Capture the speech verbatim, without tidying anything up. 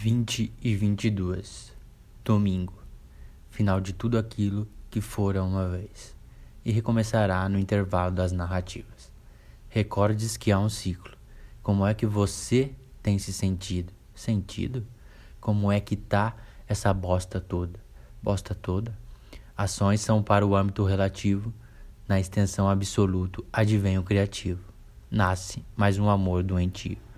vinte e vinte e dois, domingo, final de tudo aquilo que fora uma vez, e recomeçará no intervalo das narrativas. Recordes que há um ciclo. Como é que você tem se sentido? Sentido? Como é que tá essa bosta toda? Bosta toda? Ações são para o âmbito relativo, na extensão absoluto advém o criativo. Nasce mais um amor doentio.